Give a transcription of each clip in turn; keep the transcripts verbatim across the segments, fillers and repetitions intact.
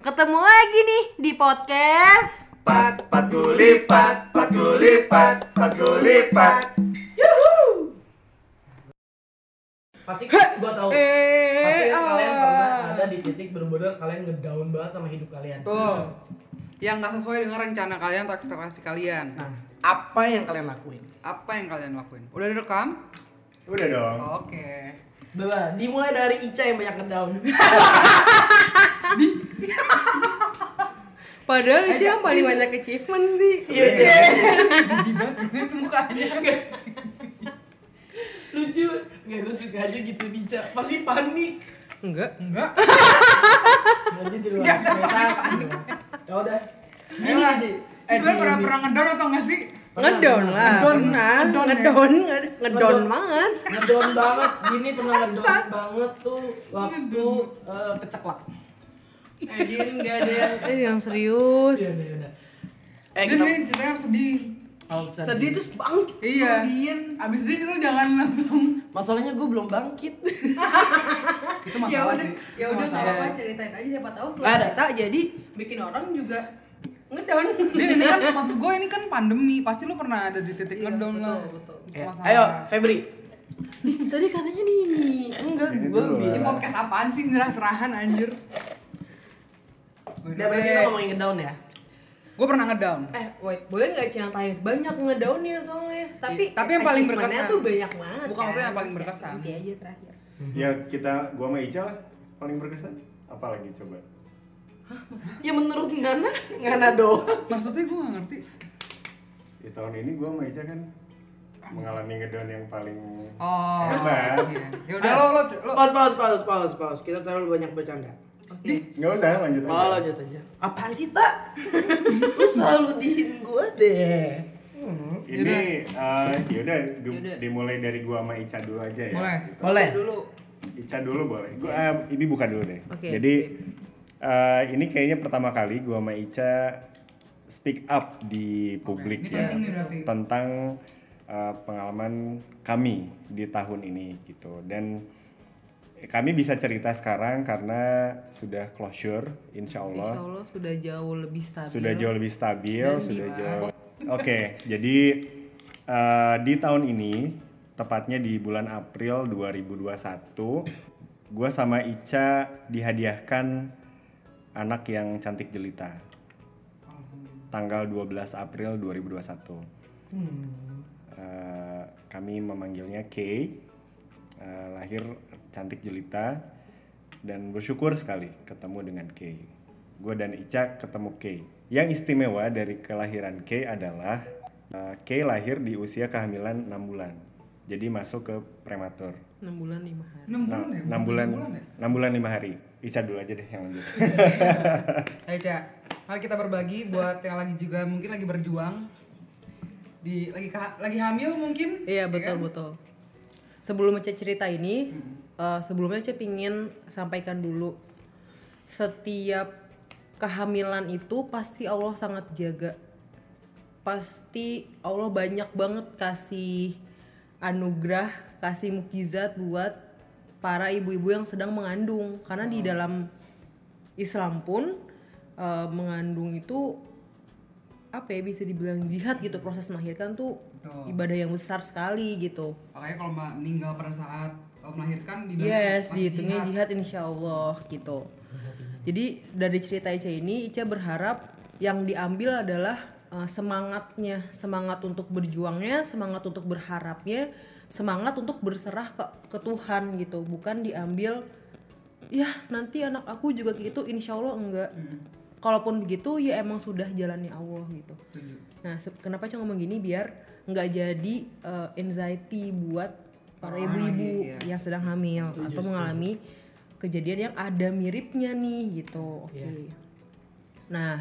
Ketemu lagi nih di podcast Pat pat gulipat, pat gulipat, pat gulipat. Yuhu. Pasti gua tahu. Eh, Pasti ah. kalian pernah ada di titik bener-bener kalian ngedown banget sama hidup kalian. Tuh. Yang nggak sesuai dengan rencana kalian atau ekspektasi kalian. Nah, apa yang kalian lakuin? Apa yang kalian lakuin? Udah direkam? Udah dong. Oke. Coba dimulai dari Ica yang banyak ngedown. Padahal itu yang paling banyak achievement sih. Iya, iya. Jijik banget itu mukanya. Lucu. Enggak, gue suka aja gitu Ica. Pasti panik. Enggak. Enggak. Nanti di luar ekspektasi dong. Ya udah. Gini aja. Eh, Sebenernya pernah gini. pernah ngedon atau nggak sih? Ngedown lah, Ngedown. pernah. Ngedown ya? Ngedown, ngedown Ngedown. banget. Ngedown banget. Gini pernah ngedown banget tuh waktu eh, keceklak. Anjir, enggak ada yang eh yang serius. Iya, iya, iya. Eh, Dan kita ini ceritanya sedih. Oh, Sedih terus bangkit. Iya. Abis sedih lu jangan langsung. Masalahnya gue belum bangkit. Itu Ya masalah udah, sih. ya Itu udah enggak masalah. apa-apa, ceritain aja siapa tahu Nggak setelah ada. cerita jadi bikin orang juga ngedown. Din, ini kan maksud gue ini kan pandemi, pasti lu pernah ada di titik Iya, ngedown betul, lo. betul. Itu Ya. masalah. Ayo, Febri. Tadi katanya di ini. Enggak, Ini gue dulu bi. Ini podcast apaan sih nyerah-serahan anjir? Udah berarti kita ngomongin ngedown ya. Gue pernah ngedown. Eh, wait, boleh nggak ceritain? Banyak ngedownnya soalnya. Tapi Tapi yang paling achievementnya berkesan. tuh banyak banget. Bukan, kan? maksudnya yang paling berkesan. Nanti aja terakhir. Ya kita, gua sama Ica lah paling berkesan. Apalagi coba? Ya menurut Ngana, Ngana doang. Maksudnya gue gak ngerti. Di tahun ini gua sama Ica kan mengalami ngedown yang paling Oh. hebat. Iya. Ya udah lo lo lo. Pause, pause, pause, pause, pause. Kita terlalu banyak bercanda. Oke. Nggak usah, lanjut aja. Oh, lanjut aja. Apaan sih, Tak? Lu selalu dihin gue deh. Hmm. Ini uh, yaudah du- Yaudah. dimulai dari gua sama Ica dulu aja ya. Boleh. Boleh. Dulu. Ica dulu boleh. Gua uh, ini buka dulu deh. Oke, Jadi uh, ini kayaknya pertama kali gua sama Ica speak up di publik Ini ya penting nih berarti. tentang uh, pengalaman kami di tahun ini gitu. Dan kami bisa cerita sekarang karena sudah closure, insya Insya Allah. Allah sudah jauh lebih stabil. Sudah jauh lebih stabil, Dan sudah di- jauh. Oke, jadi uh, di tahun ini, tepatnya di bulan April dua ribu dua puluh satu, gue sama Ica dihadiahkan anak yang cantik jelita. Tanggal dua belas April dua ribu dua puluh satu. Hmm. Uh, kami memanggilnya Kay, uh, lahir cantik jelita, dan bersyukur sekali ketemu dengan Kay. Gue dan Ica ketemu Kay. Yang istimewa dari kelahiran Kay adalah uh, Kay lahir di usia kehamilan enam bulan. Jadi masuk ke prematur. enam bulan lima hari. enam bulan ya? enam Bukan bulan, enam ya? enam bulan lima hari. Ica dulu aja deh yang lanjut. Ayo Ca, mari kita berbagi buat yang lagi juga mungkin lagi berjuang di lagi ka- lagi hamil mungkin. Iya ya betul kan? betul. Sebelum Ece cerita ini, eh, sebelumnya Ece pingin sampaikan dulu, setiap kehamilan itu pasti Allah sangat jaga. Pasti Allah banyak banget kasih anugerah, kasih mukjizat buat para ibu-ibu yang sedang mengandung. Karena di dalam Islam pun eh, mengandung itu apa ya, bisa dibilang jihad gitu. Proses melahirkan tuh Betul. ibadah yang besar sekali gitu. Makanya kalau mbak meninggal pada saat uh, melahirkan di Yes, dihitungnya jihad insya Allah gitu. Jadi dari cerita Ica ini, Ica berharap yang diambil adalah uh, semangatnya, semangat untuk berjuangnya, semangat untuk berharapnya, semangat untuk berserah ke, ke Tuhan gitu. Bukan diambil, ya nanti anak aku juga kayak gitu, insya Allah enggak. Kalaupun begitu ya emang sudah jalannya Allah gitu. Setuju. Nah, se- kenapa Cang ngomong gini biar nggak jadi uh, anxiety buat para Orang ibu-ibu lagi, iya. yang sedang hamil atau mengalami kejadian yang ada miripnya nih gitu. Oke. Iya. Nah,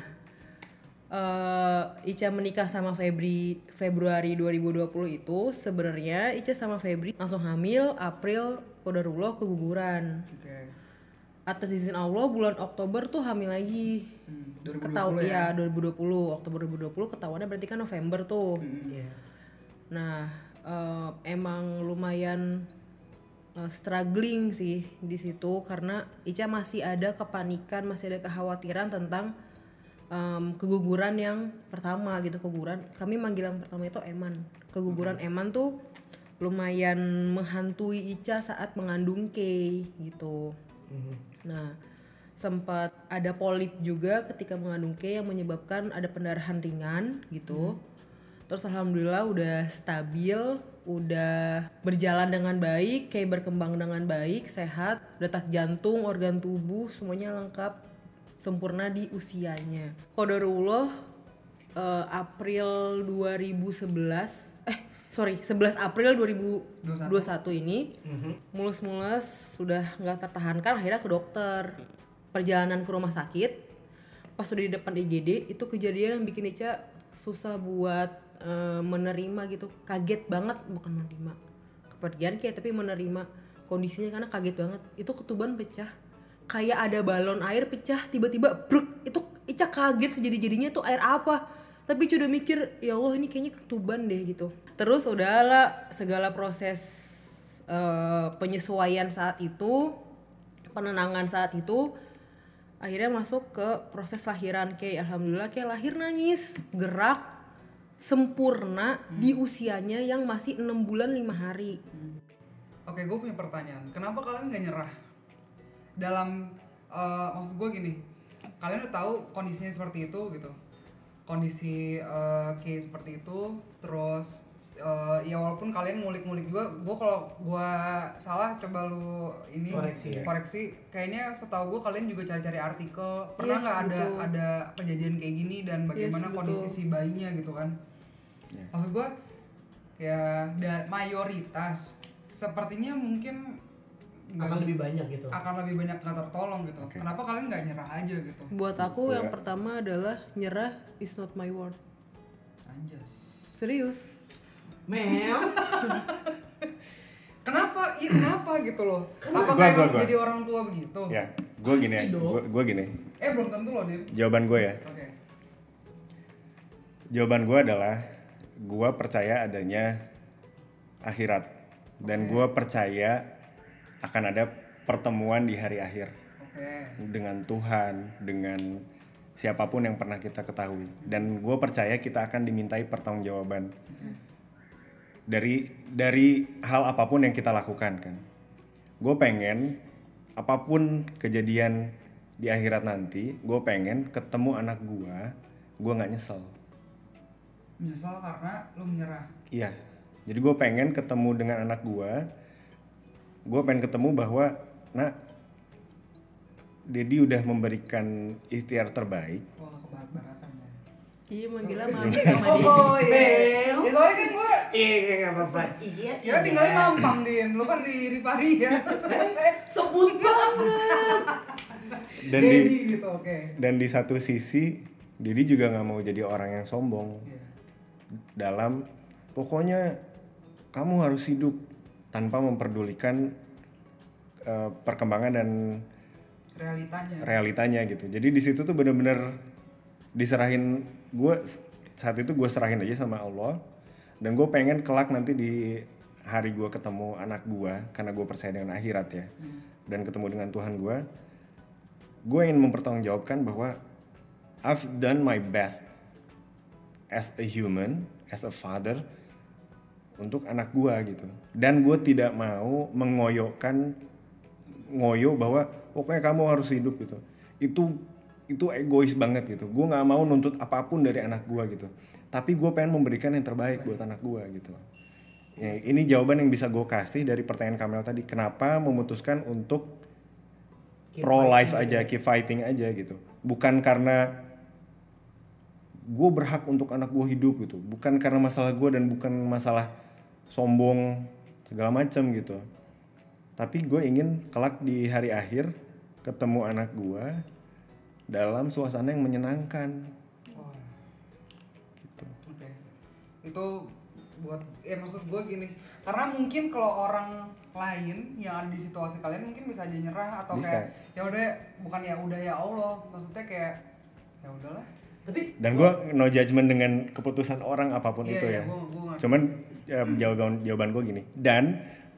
uh, Ica menikah sama Febri Februari dua ribu dua puluh itu sebenarnya Ica sama Febri langsung hamil April qadarullah keguguran. Oke. Atas izin Allah bulan Oktober tuh hamil lagi. Hmm, dua ribu dua Ketau puluh ya dua ribu dua puluh Oktober dua ribu dua puluh ketahuannya berarti kan November tuh. Iya. Nah, eh, emang lumayan uh, struggling sih di situ karena Ica masih ada kepanikan, masih ada kekhawatiran tentang um, keguguran yang pertama gitu. Keguguran, kami manggil yang pertama itu Eman. Keguguran hmm. Eman tuh lumayan menghantui Ica saat mengandung Kay gitu. Hmm. Nah, sempat ada polip juga ketika mengandung Kay yang menyebabkan ada pendarahan ringan gitu. Hmm. Terus alhamdulillah udah stabil, udah berjalan dengan baik, Kay berkembang dengan baik, sehat, detak jantung, organ tubuh semuanya lengkap, sempurna di usianya. Qadarullah uh, April dua ribu sebelas eh sorry sebelas April dua ribu dua puluh satu ini mm-hmm. mulus-mulus sudah nggak tertahankan, akhirnya ke dokter. Perjalanan ke rumah sakit pas udah di depan I G D itu kejadian yang bikin Ica susah buat uh, menerima gitu, kaget banget, bukan menerima kepergian kayak tapi menerima kondisinya karena kaget banget. Itu ketuban pecah, kayak ada balon air pecah tiba-tiba bruk, itu Ica kaget sejadi-jadinya tuh air apa, tapi Ica udah mikir ya Allah ini kayaknya ketuban deh gitu. Terus udahlah segala proses uh, penyesuaian saat itu, penenangan saat itu, akhirnya masuk ke proses lahiran Kay. Alhamdulillah Kay lahir nangis, gerak, sempurna hmm. di usianya yang masih enam bulan lima hari. Hmm. Oke, gue punya pertanyaan. Kenapa kalian gak nyerah? Dalam, uh, maksud gue gini, kalian udah tahu kondisinya seperti itu gitu. Kondisi uh, Kay seperti itu, terus uh, ya walaupun kalian ngulik-ngulik juga, gue kalau gue salah coba lu ini koreksi, ya? koreksi. Kayaknya setahu gue kalian juga cari-cari artikel, pernah nggak yes, ada betul. ada kejadian kayak gini dan bagaimana yes, kondisi si bayinya gitu kan? Yeah. Maksud gue ya da- mayoritas sepertinya mungkin akan lebih banyak gitu. Akan lebih banyak nggak tertolong gitu. Okay. Kenapa kalian nggak nyerah aja gitu? Buat aku yang pertama adalah nyerah is not my word. Anjas. Serius. Mel. Kenapa? Iya kenapa gitu loh? Apakah gua, emang gua, jadi orang tua begitu? Ya, gue gini ya, gue gini. Eh belum tentu loh Din. Jawaban gue ya. Oke. Okay. Jawaban gue adalah gue percaya adanya akhirat dan okay. gue percaya akan ada pertemuan di hari akhir okay. dengan Tuhan, dengan siapapun yang pernah kita ketahui. Dan gue percaya kita akan dimintai pertanggungjawaban okay. dari dari hal apapun yang kita lakukan kan. Gue pengen apapun kejadian di akhirat nanti, gue pengen ketemu anak gue, gue nggak nyesel. Menyesal karena lu menyerah. Iya. Jadi gue pengen ketemu dengan anak gue. Gue pengen ketemu bahwa, nak, Dedi udah memberikan ikhtiar terbaik. Wah, kebarat-baratan ya. Iya, manggilnya mami sama dia. Oh, iya. Ya sorry kan gue. Iya, enggak apa-apa. Iya. Ya tinggalnya Mampang, Din. Lu kan di Rifaria. Sebut banget. Dan di gitu, oke. Okay. Dan di satu sisi, Dedi juga nggak mau jadi orang yang sombong. Yeah. Dalam, pokoknya kamu harus hidup tanpa memperdulikan uh, perkembangan dan realitanya. realitanya gitu. Jadi di situ tuh bener-bener diserahin, gue saat itu gue serahin aja sama Allah, dan gue pengen kelak nanti di hari gue ketemu anak gue, karena gue percaya dengan akhirat ya, hmm. dan ketemu dengan Tuhan gue, gue ingin mempertanggungjawabkan bahwa I've done my best as a human, as a father, untuk anak gue gitu. Dan gue tidak mau mengoyokkan ngoyo bahwa pokoknya kamu harus hidup gitu. Itu itu egois banget gitu. Gue nggak mau nuntut apapun dari anak gue gitu. Tapi gue pengen memberikan yang terbaik buat anak gue gitu. Ya, ini jawaban yang bisa gue kasih dari pertanyaan Kamel tadi. Kenapa memutuskan untuk keep pro life aja, keep fighting aja gitu. Bukan karena gue berhak untuk anak gue hidup gitu. Bukan karena masalah gue dan bukan masalah sombong segala macam gitu. Tapi gue ingin kelak di hari akhir ketemu anak gue dalam suasana yang menyenangkan. Oh. Gitu. Oke. Okay. Itu buat ya maksud gue gini. Karena mungkin kalau orang lain yang ada di situasi kalian mungkin bisa aja nyerah atau bisa. Kayak ya udah bukan ya udah ya Allah. Maksudnya kayak ya udahlah. Tapi dan gue no judgment dengan keputusan orang apapun iya, itu iya, ya. Gua, gua Cuman ya, jawaban jawaban gue gini. Dan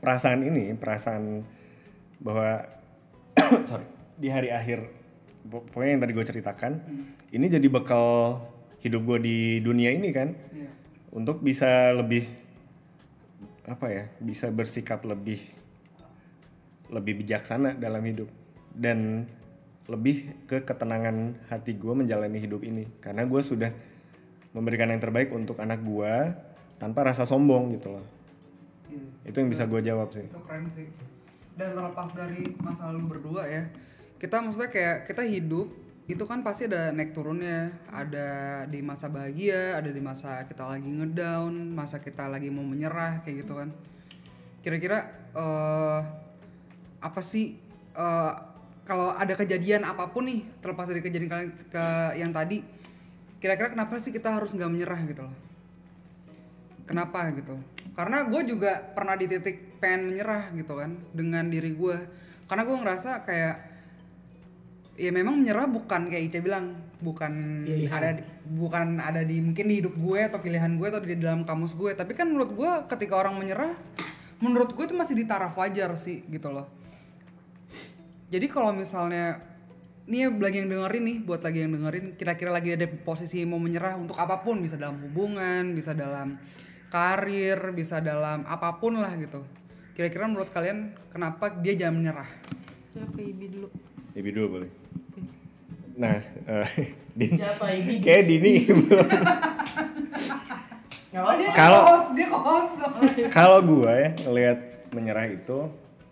perasaan ini, perasaan bahwa sorry, di hari akhir pokoknya yang tadi gue ceritakan, hmm. ini jadi bekal hidup gue di dunia ini kan, yeah. untuk bisa lebih apa ya, bisa bersikap lebih lebih bijaksana dalam hidup dan lebih ke ketenangan hati gue menjalani hidup ini, karena gue sudah memberikan yang terbaik untuk anak gue tanpa rasa sombong gitu loh. Yeah. Itu yang bisa gue jawab sih. Itu keren sih. Dan terlepas dari masa lalu berdua ya, kita maksudnya kayak kita hidup itu kan pasti ada naik turunnya, ada di masa bahagia, ada di masa kita lagi ngedown, masa kita lagi mau menyerah kayak gitu kan. Kira-kira uh, apa sih uh, kalau ada kejadian apapun nih, terlepas dari kejadian kalian ke yang tadi, kira-kira kenapa sih kita harus nggak menyerah gitu loh? Kenapa gitu? Karena gue juga pernah di titik pengen menyerah gitu kan dengan diri gue, karena gue ngerasa kayak ya memang menyerah bukan kayak Ica bilang, bukan pilihan. ada bukan ada di mungkin di hidup gue atau pilihan gue atau di dalam kamus gue, tapi kan menurut gue ketika orang menyerah, menurut gue itu masih di taraf wajar sih gitu loh. Jadi kalau misalnya nih lagi yang dengerin nih, buat lagi yang dengerin, kira-kira lagi ada posisi mau menyerah untuk apapun, bisa dalam hubungan, bisa dalam karir, bisa dalam apapun lah gitu. Kira-kira menurut kalian kenapa dia jangan menyerah? Siapa Ibi dulu? Ibi dulu boleh. Nah, uh, Din, siapa ini? Kayak Dini belum. Kalau dia kos. Kalau gue ya ngelihat menyerah itu,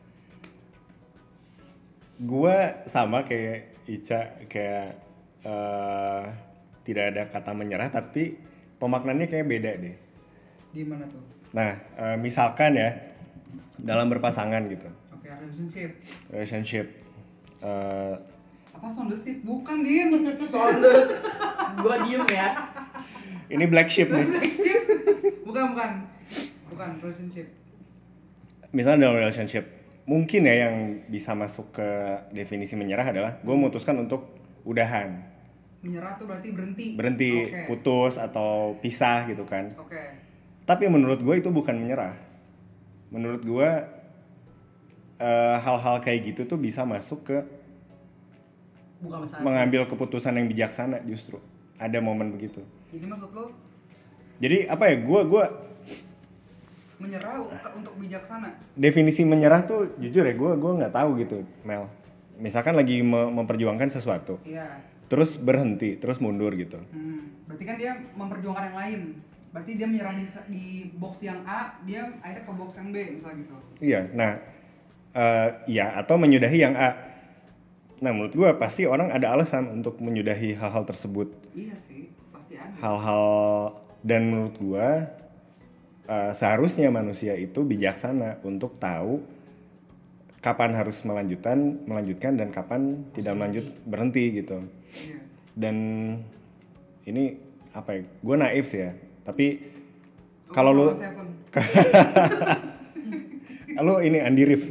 gue sama kayak Ica, kayak uh, tidak ada kata menyerah, tapi pemaknaannya kayak beda deh. Gimana tuh? Nah, uh, misalkan ya dalam berpasangan gitu. Oke, okay, relationship. Relationship. Uh, apa soundship? Bukan, Din. Sounders. Gua diem ya. Ini black sheep nih. Black sheep? Bukan, bukan. Bukan, relationship. Misalnya dalam relationship, mungkin ya yang bisa masuk ke definisi menyerah adalah gue memutuskan untuk udahan. Menyerah tuh berarti berhenti. Berhenti, okay. Putus atau pisah gitu kan. Oke. Okay. Tapi menurut gue itu bukan menyerah. Menurut gue uh, hal-hal kayak gitu tuh bisa masuk ke bukan mengambil keputusan yang bijaksana justru. Ada momen begitu. Jadi maksud lo? Jadi apa ya, gue gue menyerah untuk bijaksana. Definisi menyerah tuh jujur ya, gue gue nggak tahu gitu, Mel. Misalkan lagi memperjuangkan sesuatu, iya. Terus berhenti, terus mundur gitu. Hmm, berarti kan dia memperjuangkan yang lain. Berarti dia menyerah di, di box yang A, dia akhirnya ke box yang B, misalnya gitu. Iya, nah, uh, iya atau menyudahi yang A. Nah, menurut gue pasti orang ada alasan untuk menyudahi hal-hal tersebut. Iya sih, pasti ada. Hal-hal, dan menurut gue uh, seharusnya manusia itu bijaksana untuk tahu kapan harus melanjutkan, melanjutkan dan kapan tidak melanjut, berhenti gitu. Iya. Dan ini apa ya? Gue naif sih ya. Tapi kalau lu, lu ini Andi Rif.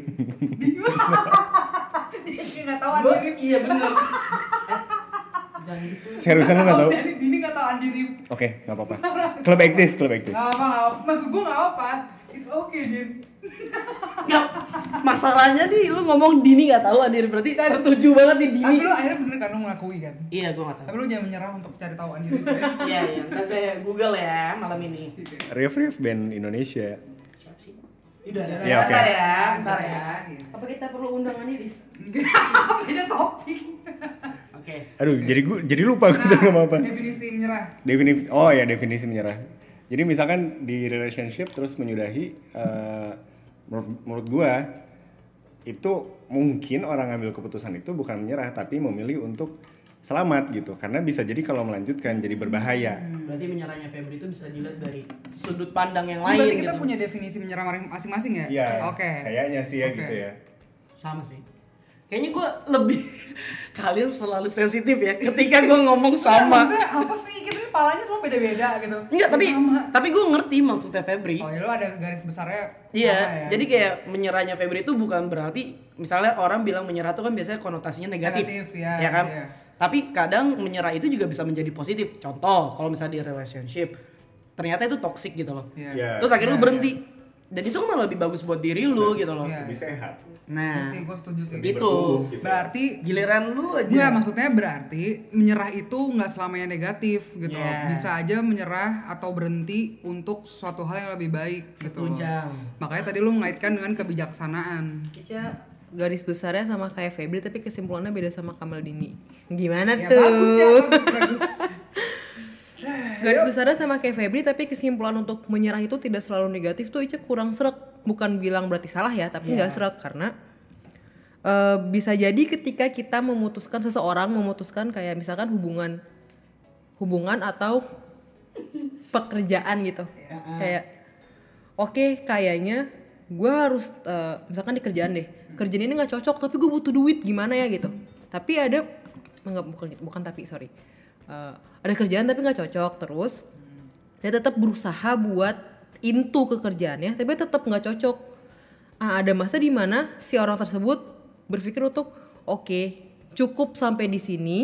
Dia nggak tahu Andi Rif. Iya benar. Jangan gitu. Seriusan lu nggak tahu? Dini nggak tahu Andi Rif. Oke, okay, nggak apa-apa. Klub aktis, klub aktis. Nggak apa, nggak apa. Maksud gue nggak apa. It's okay, Din. Nggak. Masalahnya nih, lu ngomong Dini nggak tahu Andi Rif, berarti tertuju banget nih Dini. Tapi lu akhirnya bener kan lu mengakui kan? Iya, gue nggak tahu. Tapi lu jangan menyerah untuk cari tahu Andi Rif ya. Iya, iya. Ntar saya Google ya malam ini. Rif Rif band Indonesia. Siapa sih? Udah, ya, ya, ntar okay. ya, ntar ya. Apa kita perlu undangan Andi Rif? Beda topik. Oke. Aduh, jadi gue jadi lupa gue tadi ngomong apa. Definisi menyerah. Definisi, oh ya definisi menyerah. Jadi misalkan di relationship terus menyudahi, uh, menurut, menurut gue itu mungkin orang ngambil keputusan itu bukan menyerah tapi memilih untuk selamat gitu, karena bisa jadi kalau melanjutkan jadi berbahaya. Berarti menyerahnya Febri itu bisa dilihat dari sudut pandang yang lain. Berarti kita gitu. punya definisi menyerah masing-masing ya? Iya. Oke. Okay. Kayaknya sih ya okay. gitu ya. Sama sih. Kayaknya gue lebih kalian selalu sensitif ya ketika gue ngomong sama. Maksudnya apa sih? Kita ini palanya semua beda-beda gitu. Enggak, tapi sama. tapi gue ngerti maksudnya Febri. Oh ya, lo ada garis besarnya. Iya, ya, jadi gitu. kayak menyerahnya Febri itu bukan berarti misalnya orang bilang menyerah itu kan biasanya konotasinya negatif. Negatif ya. Ya kan? Iya. Tapi kadang menyerah itu juga bisa menjadi positif. Contoh, kalau misalnya di relationship ternyata itu toxic gitu loh. Iya. Yeah. Terus akhirnya yeah, lu berhenti. Yeah. Dan itu kan malah lebih bagus buat diri lu gitu loh. Iya. Lebih sehat. Nah, Iya sih, gue setuju sih. Itu. Bertumbuh gitu. Berarti giliran lu aja. Enggak, maksudnya berarti menyerah itu nggak selamanya negatif gitu loh. Yeah. Bisa aja menyerah atau berhenti untuk suatu hal yang lebih baik gitu loh. Setujang. Makanya tadi lu mengaitkan dengan kebijaksanaan. Ica garis besarnya sama kayak Febri tapi kesimpulannya beda sama Kamaldini. Gimana Ya tuh? bagus ya, bagus, bagus. Garis besarnya sama kayak Febri tapi kesimpulan untuk menyerah itu tidak selalu negatif tuh Ica kurang srek. Bukan bilang berarti salah ya, tapi nggak Iya. srek karena uh, bisa jadi ketika kita memutuskan seseorang memutuskan kayak misalkan hubungan hubungan atau pekerjaan gitu. Kayak oke kayaknya gue harus uh, misalkan di kerjaan deh. Kerjaan ini nggak cocok tapi gue butuh duit gimana ya gitu. Tapi ada enggak bukan gitu, bukan tapi sorry. Uh, ada kerjaan tapi nggak cocok terus dia tetap berusaha buat into ke kerjaannya tapi tetap nggak cocok. Ah, ada masa di mana si orang tersebut berpikir untuk oke okay, cukup sampai di sini,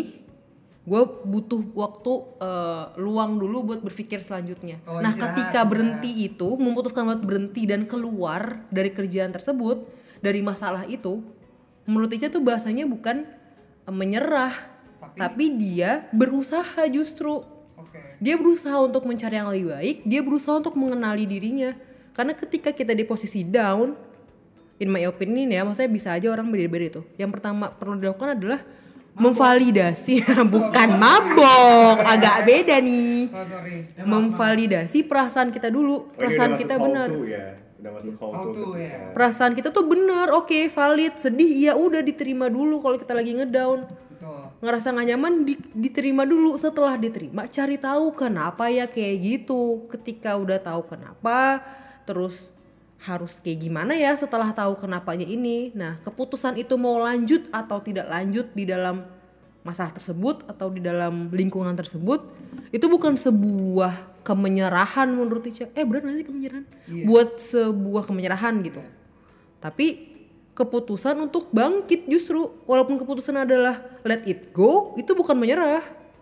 gue butuh waktu uh, luang dulu buat berpikir selanjutnya. Oh, nah istirahat, ketika istirahat. berhenti itu memutuskan buat berhenti dan keluar dari kerjaan tersebut dari masalah itu, menurut Ica tuh bahasanya bukan uh, menyerah Tapi- tapi dia berusaha justru. Oke. Dia berusaha untuk mencari yang lebih baik, dia berusaha untuk mengenali dirinya. Karena ketika kita di posisi down, in my opinion ya, maksudnya bisa aja orang beda-beda itu. Yang pertama perlu dilakukan adalah memvalidasi, bukan mabok, agak beda nih. Oh, sorry. Memvalidasi perasaan kita dulu, Oh, ini perasaan udah kita masuk how benar. to ya. Udah masuk how How to. to, ketika- ya. Perasaan kita tuh benar, oke, valid, sedih, ya udah diterima dulu kalau kita lagi ngedown. Betul. Ngerasa gak nyaman di- diterima dulu, setelah diterima cari tahu kenapa ya kayak gitu. Ketika udah tahu kenapa terus harus kayak gimana ya setelah tahu kenapanya ini. Nah keputusan itu mau lanjut atau tidak lanjut di dalam masalah tersebut atau di dalam lingkungan tersebut itu bukan sebuah kemenyerahan menurut Ica. Eh benar gak sih kemenyerahan? Iya. Buat sebuah kemenyerahan gitu. Tapi keputusan untuk bangkit justru, walaupun keputusan adalah let it go, itu bukan menyerah,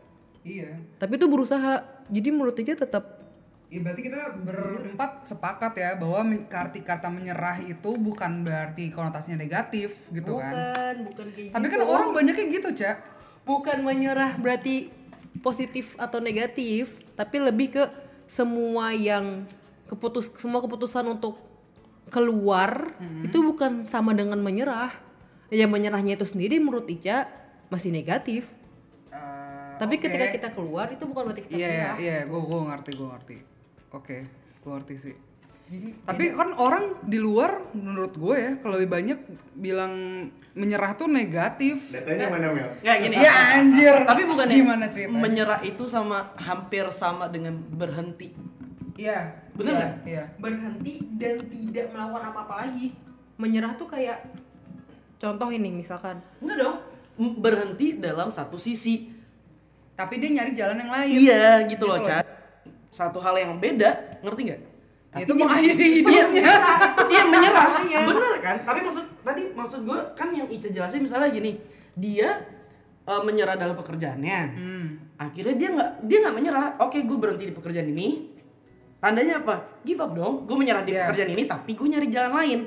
Iya. tapi itu berusaha. Jadi menurut Ica tetap Ya, berarti kita berempat sepakat ya bahwa men- arti kata menyerah itu bukan berarti konotasinya negatif gitu kan. bukan kayak Tapi kan orang banyaknya gitu, Cak. bukan menyerah berarti positif atau negatif, tapi lebih ke semua yang keputus semua keputusan untuk keluar Mm-hmm. itu bukan sama dengan menyerah. Yang menyerahnya itu sendiri menurut Ica masih negatif. Eh, Tapi oke. ketika kita keluar itu bukan berarti kita Iya, menyerah. iya, gue gue ngerti, gue ngerti. Oke, gue ngerti sih. Jadi Tapi kan orang di luar menurut gue ya kalau lebih banyak bilang menyerah tuh negatif. Datanya mana Mel? Nggak gini. Ya anjir. Tapi bukan Gimana ceritanya? menyerah itu sama hampir sama dengan berhenti. Iya. Bener iya, nggak? Iya. berhenti dan tidak melakukan apa-apa lagi. Menyerah tuh kayak contoh ini misalkan Enggak dong. M- Berhenti dalam satu sisi. Tapi dia nyari jalan yang lain. Iya gitu loh, Gitu loh. Cak. Satu hal yang beda, ngerti nggak? Itu mengakhiri hidupnya. Dia menyerah, Iya. bener kan? Tapi maksud tadi maksud gue kan yang Ica jelasin misalnya gini, dia uh, menyerah dalam pekerjaannya. Hmm. Akhirnya dia nggak dia nggak menyerah. Oke, gue berhenti di pekerjaan ini. Tandanya apa? Give up dong. Gue menyerah di Iya. pekerjaan ini, tapi gue nyari jalan lain.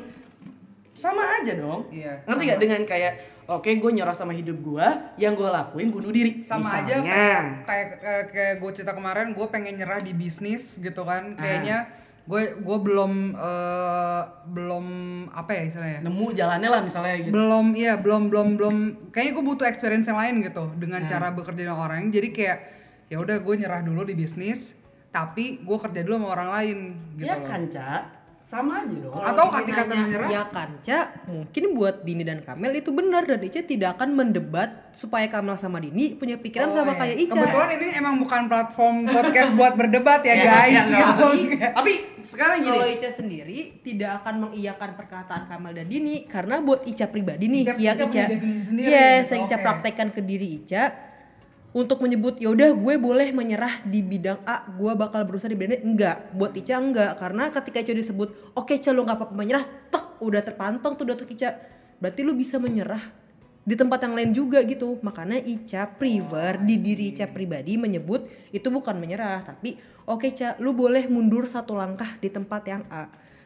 Sama aja dong. Iya, Ngerti sama. nggak dengan kayak oke, gue nyerah sama hidup gue, yang gue lakuin bunuh diri. Sama Misalnya. aja kayak kayak kayak, kayak gue cerita kemarin gue pengen nyerah di bisnis gitu kan. Ah. Kayaknya gue gue belum eh, belum apa ya istilahnya? nemu jalannya lah misalnya gitu. Belum iya belum belum belum kayaknya gue butuh experience yang lain gitu dengan Nah. cara bekerja dengan orang. Jadi kayak ya udah gue nyerah dulu di bisnis tapi gue kerja dulu sama orang lain gitu Ya loh. kan, Cak? Sama aja dong. Atau Dini ketika nanya, menyerah? ya kan Ca, mungkin buat Dini dan Kamel itu benar dan Ica tidak akan mendebat supaya Kamel sama Dini punya pikiran Oh, sama iya. kayak Ica. Kebetulan ini emang bukan platform podcast buat berdebat ya Ya, guys. ya, nggak gitu. apa-apa. Tapi sekarang gini. Kalau Ica sendiri tidak akan mengiyakan perkataan Kamel dan Dini karena buat Ica pribadi nih Ica- yang Ica punya Ica, definisi sendiri yes, gitu, yang Ica oke. praktekkan ke diri Ica untuk menyebut yaudah gue boleh menyerah di bidang A, gue bakal berusaha di bidang B. Enggak, buat Ica enggak karena ketika Ica disebut oke Ica lu nggak apa-apa menyerah, tek udah terpantang tuh udah tuh Ica, berarti lu bisa menyerah di tempat yang lain juga gitu. Makanya Ica prefer di diri Ica pribadi menyebut itu bukan menyerah tapi oke Ica lu boleh mundur satu langkah di tempat yang A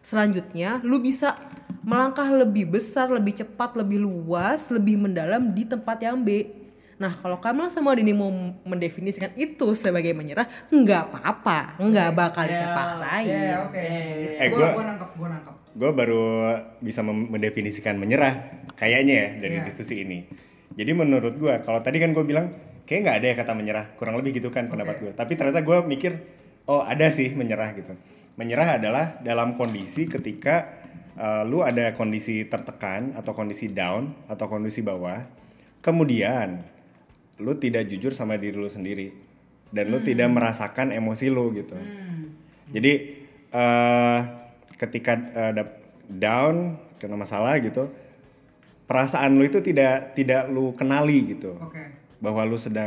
selanjutnya lu bisa melangkah lebih besar, lebih cepat, lebih luas, lebih mendalam di tempat yang B. Nah, kalau Kamil sama Dini mau mendefinisikan itu sebagai menyerah, nggak apa-apa, nggak bakal Ya, dipaksain. Iya, oke. Eh, Gue gua- gue nangkep, gue nangkep. Gue baru bisa mem- mendefinisikan menyerah kayaknya ya dari Iya. diskusi ini. Jadi menurut gue, kalau tadi kan gue bilang kayak nggak ada ya kata menyerah, kurang lebih gitu kan pendapat gue. Tapi ternyata gue mikir, oh ada sih menyerah gitu. Menyerah adalah dalam kondisi ketika uh, lu ada kondisi tertekan atau kondisi down atau kondisi bawah, kemudian lu tidak jujur sama diri lu sendiri dan lu tidak merasakan emosi lu gitu. Jadi uh, ketika uh, ada down kena masalah gitu, perasaan lu itu tidak tidak lu kenali gitu. Oke. Bahwa lu sedang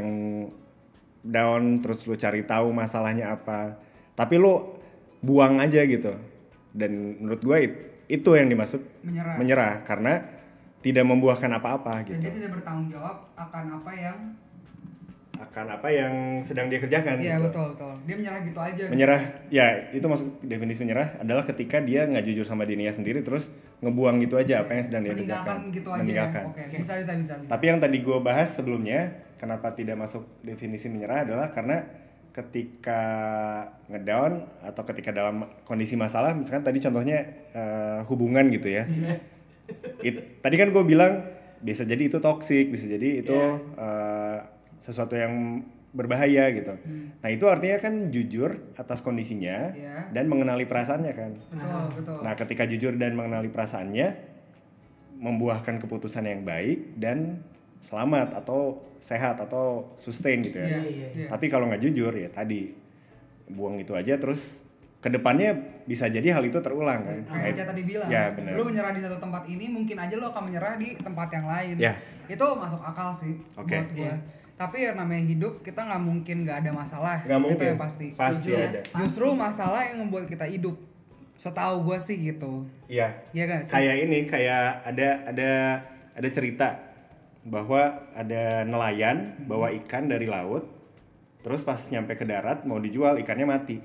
down terus lu cari tahu masalahnya apa, tapi lu buang aja gitu. Dan menurut gue it- itu yang dimaksud Menyerah. menyerah karena tidak membuahkan apa-apa Dan gitu. dia tidak bertanggung jawab akan apa yang Akan apa yang sedang dia kerjakan Iya, gitu. betul betul. Dia menyerah gitu aja. gitu. Menyerah, ya itu maksud definisi menyerah adalah ketika dia nggak jujur sama dirinya sendiri terus ngebuang gitu aja apa yang sedang dia Meninggalkan kerjakan. gitu aja. Meninggalkan. Ya? Oke, bisa bisa bisa. bisa. Tapi yang tadi gue bahas sebelumnya, kenapa tidak masuk definisi menyerah adalah karena ketika ngedown atau ketika dalam kondisi masalah, misalkan tadi contohnya eh, hubungan gitu ya. It- tadi kan gue bilang bisa jadi itu toksik, bisa jadi itu eh, sesuatu yang berbahaya gitu. Nah itu artinya kan jujur atas kondisinya Iya. dan mengenali perasaannya kan. Betul betul. Nah ketika jujur dan mengenali perasaannya, membuahkan keputusan yang baik dan selamat atau sehat atau sustain gitu ya. Iya, iya, iya. Tapi kalau nggak jujur ya tadi buang itu aja terus kedepannya bisa jadi hal itu terulang kan. Kayak Eca tadi bilang, Ya benar. lu menyerah di satu tempat ini, mungkin aja lu akan menyerah di tempat yang lain. Ya. Itu masuk akal sih Oke. buat gua. Tapi ya namanya hidup, kita nggak mungkin nggak ada masalah. Nggak Itu mungkin. yang pasti. Pasti Setuju. ada. Justru masalah yang membuat kita hidup. Setahu gua sih gitu. Iya. Iya gak sih? Kayak ini kayak ada ada ada cerita bahwa ada nelayan bawa ikan dari laut, terus pas nyampe ke darat mau dijual ikannya mati.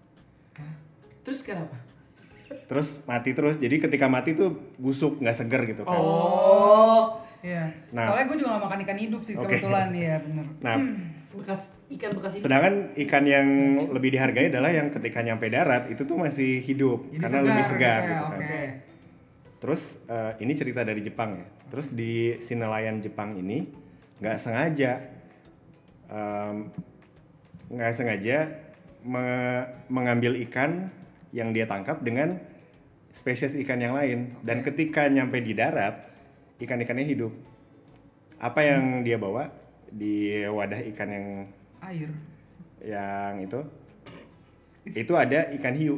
Terus kenapa? Terus mati terus. Jadi ketika mati tuh busuk, nggak seger gitu kan. Oh, Iya. Nah. Soalnya gue juga gak makan ikan hidup sih Oke. kebetulan. Iya bener. Nah, bekas ikan bekas itu. sedangkan ikan yang lebih dihargai adalah yang ketika nyampe darat itu tuh masih hidup Jadi karena segar lebih segar gitu ya, gitu kan. oke. Terus eh, ini cerita dari Jepang ya. Terus di si nelayan Jepang ini nggak sengaja em, nggak sengaja me- mengambil ikan yang dia tangkap dengan spesies ikan yang lain dan ketika nyampe di darat ikan-ikannya hidup. Apa yang dia bawa di wadah ikan yang Air. yang itu itu ada ikan hiu.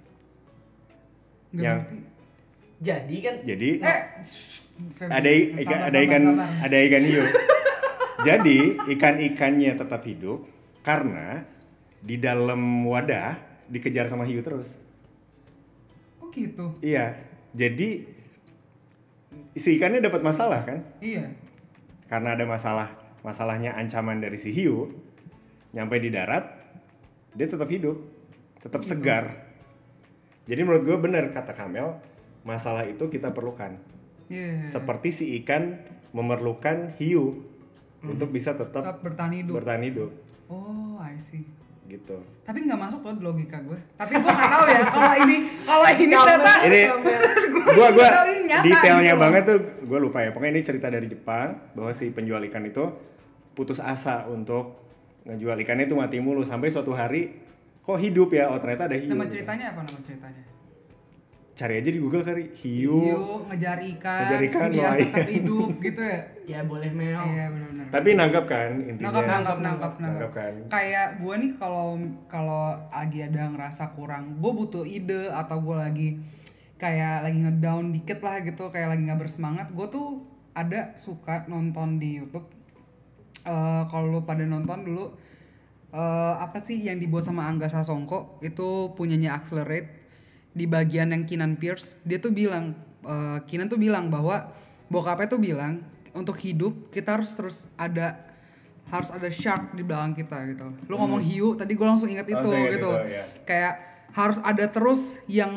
Gak Yang ngerti. Jadi kan jadi Eh, shh, Feb. ada i- ikan Sabar, ada sabar, ikan sabar. ada ikan hiu. Jadi ikan-ikannya tetap hidup karena di dalam wadah dikejar sama hiu terus. Oh gitu. Iya. Jadi si ikannya dapat masalah kan? Iya. Karena ada masalah, masalahnya ancaman dari si hiu. Nyampe di darat dia tetap hidup, tetap segar. Jadi menurut gue benar kata Kamel, masalah itu kita perlukan. Iya. Seperti si ikan memerlukan hiu untuk bisa tetap Tetap bertahan hidup. bertahan hidup Oh, I see. gitu. Tapi nggak masuk loh di logika gue. Tapi gue nggak tahu ya kalau ini kalau ini ternyata Ini gua gua Tahu ini nyata detailnya gitu loh. banget tuh gue lupa ya. Pokoknya ini cerita dari Jepang bahwa si penjual ikan itu putus asa untuk ngejual ikannya itu mati mulu sampai suatu hari kok hidup ya. Oh ternyata ada hiu. nama ceritanya apa nama ceritanya? Cari aja di Google kali hiu. Hiu ngejar ikan, Ngejar ikan, biar nelayan. tetap hidup gitu ya. ya boleh meo. Iya benar-benar. Tapi nangkap kan intinya. nangkap nangkap Nangkap, nangkap nangkap nangkap kan. kayak gue nih kalau kalau lagi ada ngerasa kurang gue butuh ide atau gue lagi kayak lagi ngedown dikit lah gitu kayak lagi nggak bersemangat gue tuh ada suka nonton di YouTube. Eh, kalau lu pada nonton dulu eh, apa sih yang dibuat sama Angga Sasongko itu punyanya Accelerate di bagian yang Keenan Pierce dia tuh bilang eh, Keenan tuh bilang bahwa bokapnya tuh bilang untuk hidup kita harus terus ada harus ada shark di belakang kita gitu. Lu ngomong hiu tadi gue langsung ingat itu Langsung ingat gitu. itu, ya. Kayak harus ada terus yang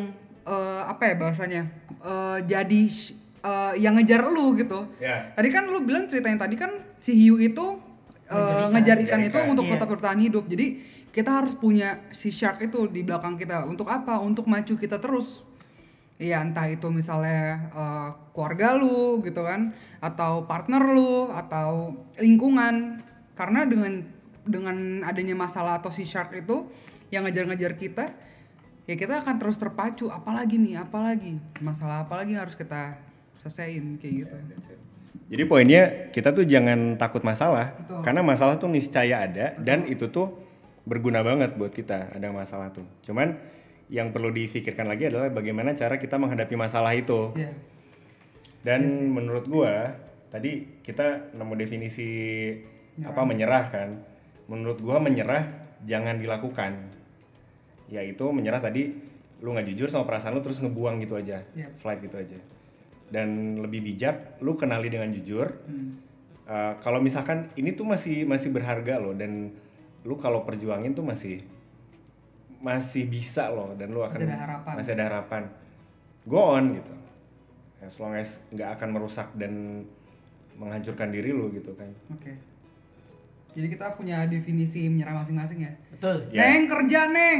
uh, apa ya bahasanya uh, jadi uh, yang ngejar lu gitu. Ya. Tadi kan lu bilang ceritanya tadi kan si hiu itu uh, ngejar ikan itu Ngejar ikan. untuk Iya. tetap bertahan hidup. Jadi kita harus punya si shark itu di belakang kita. Untuk apa? Untuk maju kita terus. Iya, entah itu misalnya uh, keluarga lu gitu kan, atau partner lu, atau lingkungan. Karena dengan dengan adanya masalah atau si shark itu yang ngejar-ngejar kita, ya kita akan terus terpacu. Apalagi nih, apalagi masalah apalagi yang harus kita selesaiin kayak gitu. Jadi poinnya kita tuh jangan takut masalah, Betul. karena masalah tuh niscaya ada dan itu tuh berguna banget buat kita ada masalah tuh. Cuman yang perlu difikirkan lagi adalah bagaimana cara kita menghadapi masalah itu. Iya. Dan menurut gua tadi kita nemu definisi apa menyerah kan. Menurut gua menyerah jangan dilakukan. Yaitu menyerah tadi lu nggak jujur sama perasaan lu terus ngebuang gitu aja. Yep. Flight gitu aja. Dan lebih bijak lu kenali dengan jujur. Hmm. Uh, kalau misalkan ini tuh masih masih berharga loh dan lu kalau perjuangin tuh masih masih bisa loh dan lu akan Masih ada harapan. masih ada harapan. Go on gitu. As long as nggak akan merusak dan menghancurkan diri lu gitu kan. Oke. Jadi kita punya definisi menyerah masing-masing ya. Betul. Ya. Neng kerja neng.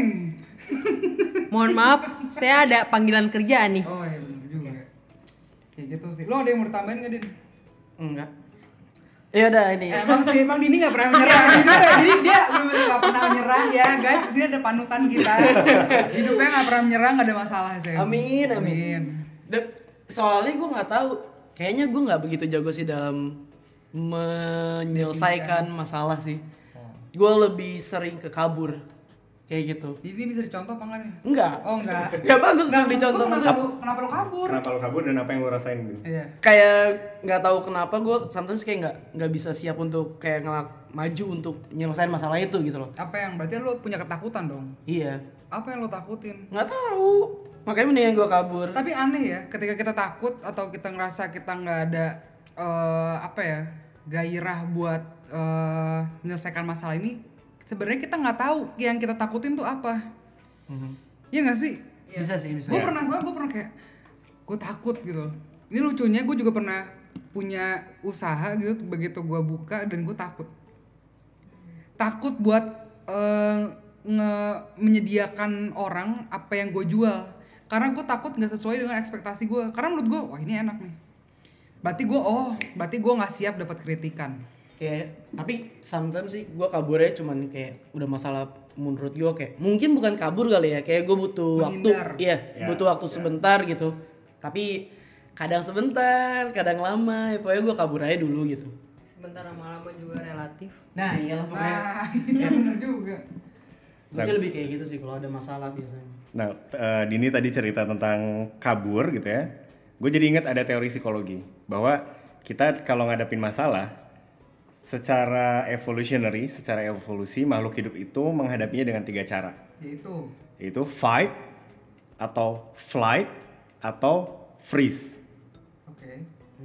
Mohon maaf, saya ada panggilan kerjaan nih. Oh iya bener juga. Kayak gitu sih. Lo ada yang mau ditambahin nggak Din? Enggak. Ya udah ini. Emang sih, emang Dini gak pernah menyerah. Dini, jadi dia bener-bener gak pernah menyerah ya guys. Di sini ada panutan kita. Hidupnya gak pernah menyerah, gak ada masalah sih. Amin, amin. Amin. Dan soalnya gue nggak tahu, kayaknya gue nggak begitu jago sih dalam menyelesaikan masalah sih. Gue lebih sering ke kabur, kayak gitu. Ini bisa dicontoh apa enggak nih? Enggak. Oh enggak. Ya bagus Enggak, untuk dicontoh kenapa maksudnya. lu, kenapa lu kabur? Kenapa lu kabur dan apa yang lu rasain Bin? Iya. Kayak nggak tahu kenapa gue sometimes kayak nggak nggak bisa siap untuk kayak ngelak maju untuk nyelesain masalah itu gitu loh. Apa yang berarti lu punya ketakutan dong? Iya. Apa yang lu takutin? Nggak tahu. Makanya mendingan gue kabur. Tapi aneh ya, ketika kita takut atau kita ngerasa kita nggak ada eh, apa ya gairah buat eh, menyelesaikan masalah ini, sebenarnya kita nggak tahu yang kita takutin tuh apa. Mhm. Iya nggak sih? Bisa sih, bisa. Gue pernah soalnya gue pernah kayak gue takut gitu. Ini lucunya gue juga pernah punya usaha gitu, begitu gue buka dan gue takut. Takut buat eh, nge menyediakan orang apa yang gue jual. Karena gue takut nggak sesuai dengan ekspektasi gue. Karena menurut gue, wah ini enak nih. Berarti gue, oh, berarti gue nggak siap dapat kritikan. Kayak tapi sometimes sih gue kaburnya cuman kayak udah masalah menurut gue kayak mungkin bukan kabur kali ya, kayak gue butuh Menghindar. waktu, iya Ya, butuh waktu ya. sebentar gitu. Tapi kadang sebentar, kadang lama, ya pokoknya gue kabur aja dulu gitu. Sebentar lama-lama juga relatif. Nah iyalah pokoknya. Nah, itu bener juga. Gue sih lebih kayak gitu sih kalau ada masalah biasanya. Nah, eh, Dini tadi cerita tentang kabur gitu ya. Gue jadi ingat ada teori psikologi bahwa kita kalau ngadepin masalah, secara evolutionary, secara evolusi makhluk hidup itu menghadapinya dengan tiga cara, Yaitu, yaitu fight, atau flight, atau freeze. oke.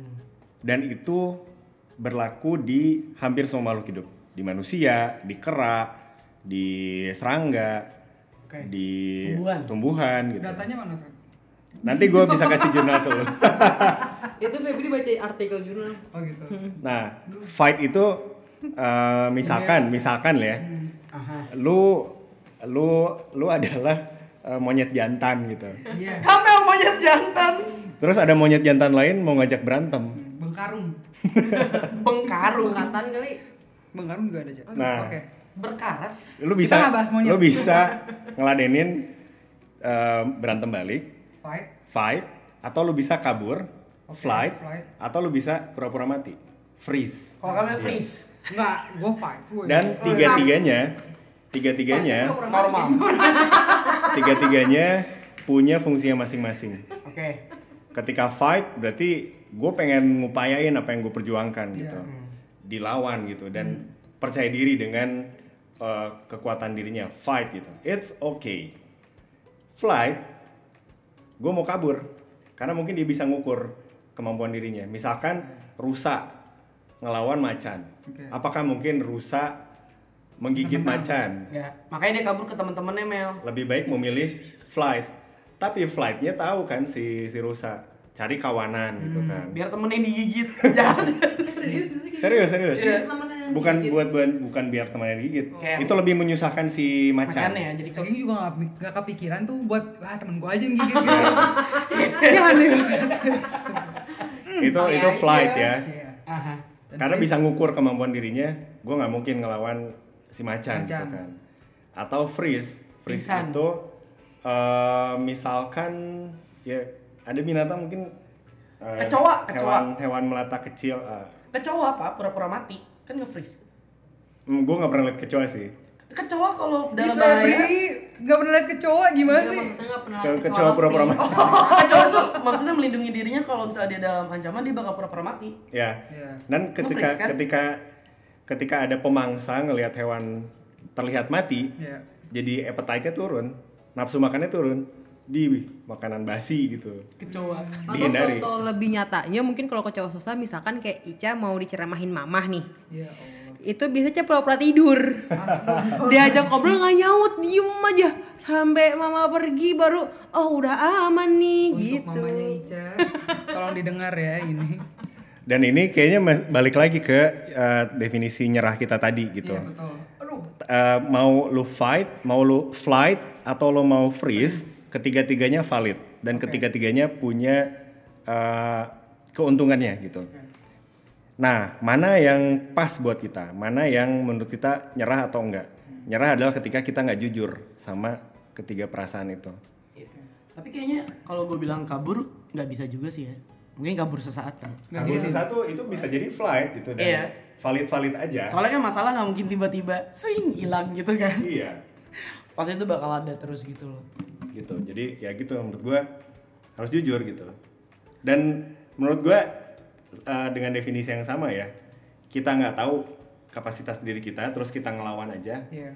Dan itu berlaku di hampir semua makhluk hidup, di manusia, di kera, di serangga, Oke. di Tumbuhan. tumbuhan gitu. Datanya mana, Feb? Nanti gue bisa kasih jurnal ke lu. Itu Febri baca artikel jurnal. Oh gitu. Nah, fight itu eh, misalkan, misalkan ya, Aha. lu lu lu adalah eh, monyet jantan gitu. Iya. Kamu yang monyet jantan. Terus ada monyet jantan lain mau ngajak berantem. Bengkarung. Bengkarung. Angkatan kali. Bengkarung juga ada aja. Nah. Oke. Berkarat. Lu Kita bisa nggak bahas monyet. lu bisa ngeladenin eh, berantem balik, Fight. fight, atau lu bisa kabur, Oke, flight, flight. atau lu bisa pura-pura mati, freeze. Kalau kamu yang freeze. Enggak, gue fight. Woy. Dan tiga-tiganya, tiga-tiganya, Normal. tiga-tiganya punya fungsinya masing-masing. Oke. Ketika fight berarti gue pengen ngupayain apa yang gue perjuangkan gitu, Iya. dilawan gitu dan percaya diri dengan uh, kekuatan dirinya, fight gitu. It's okay. Flight, gue mau kabur karena mungkin dia bisa ngukur kemampuan dirinya. Misalkan rusa ngelawan macan, Oke. apakah mungkin rusa menggigit Bisa menang. macan? Ya, makanya dia kabur ke teman-temannya Mel. Lebih baik memilih flight Tapi flightnya tahu kan si si rusa cari kawanan gitu kan. Biar temennya digigit. Jahat. Serius serius. Iya. Bukan buat buat bukan biar temannya digigit. Kayak- Itu lebih menyusahkan si macan. Macannya jadi Saking juga gak, gak kepikiran tuh buat wah temen gue aja yang gigit gitu. Ini aneh banget. Itu Hmm, itu iya, flight iya. ya. Iya. Aha. Dan Karena freeze- bisa ngukur kemampuan dirinya, gue nggak mungkin ngelawan si macan, gitu Macan. kan. Atau freeze, freeze Pingsan. itu eh, misalkan ya ada binatang mungkin eh, Kecoa, kecoa. hewan hewan melata kecil. Uh, Kecoa apa? Pura-pura mati. Kan nge-freeze. gue nggak pernah lihat kecoa sih. Kecoa kalau Di dalam Febri bahaya. gak pernah liat kecoa gimana sih? Maksudnya nggak pernah Ke- lihat kecoa pura-pura mati. Kecoa tuh maksudnya melindungi dirinya kalau misalnya dia dalam ancaman dia bakal pura-pura mati. Ya. Iya. Dan ketika Nge-freeze, kan? ketika ketika ada pemangsa ngelihat hewan terlihat mati, Iya. jadi appetite-nya turun, nafsu makannya turun di makanan basi gitu. Kecoa. Atau Dihindari. contoh lebih nyatanya mungkin kalau kecoa susah misalkan kayak Ica mau diceramahin mamah nih. Ya Allah. Itu biasanya pura-pura tidur. Diajak ngobrol nggak nyaut, diem aja sampai mama pergi baru oh udah aman nih Untuk gitu. mamanya Ica, tolong didengar ya ini. Dan ini kayaknya mas- balik lagi ke uh, definisi nyerah kita tadi gitu. Iya betul. Aduh. Uh, mau lu fight, mau lu flight, atau lu mau freeze, ketiga-tiganya valid dan Oke. ketiga-tiganya punya uh, keuntungannya gitu. Nah, mana yang pas buat kita? Mana yang menurut kita nyerah atau enggak? Nyerah adalah ketika kita nggak jujur sama ketiga perasaan itu. Tapi kayaknya kalau gue bilang kabur nggak bisa juga sih ya. Mungkin kabur sesaat kan. Nggak Kabur bisa. satu itu bisa jadi flight gitu dan Iya. valid-valid aja. Soalnya kan masalah nggak mungkin tiba-tiba swing hilang gitu kan. Iya. Pasti itu bakal ada terus gitu loh. Gitu. Jadi ya gitu menurut gue harus jujur gitu. Dan menurut gue uh, dengan definisi yang sama ya, kita nggak tahu kapasitas diri kita, terus kita ngelawan aja, Iya.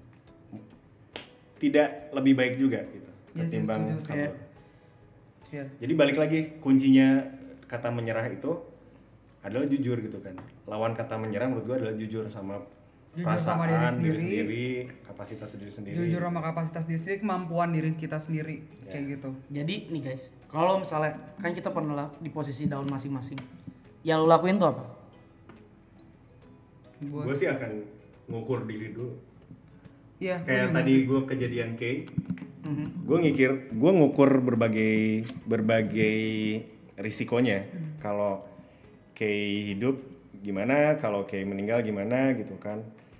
tidak lebih baik juga gitu. Iya sih, Ketimbang setuju. kabur. Iya. Jadi balik lagi kuncinya kata menyerah itu adalah jujur gitu kan. Lawan kata menyerah menurut gue adalah jujur sama Jujur perasaan sama diri sendiri. sendiri, kapasitas diri sendiri. Jujur sama kapasitas diri sendiri, kemampuan diri kita sendiri Ya. kayak gitu. Jadi nih guys, kalau misalnya kan kita pernah lah di posisi down masing-masing. Yang lo lakuin tuh apa? Buat Gue sih akan ngukur diri dulu. Iya, gua Kayak juga tadi sih. gue kejadian K, Mhm. gue ngikir, gue ngukur berbagai berbagai risikonya. Kalau K hidup gimana, kalau K meninggal gimana gitu kan.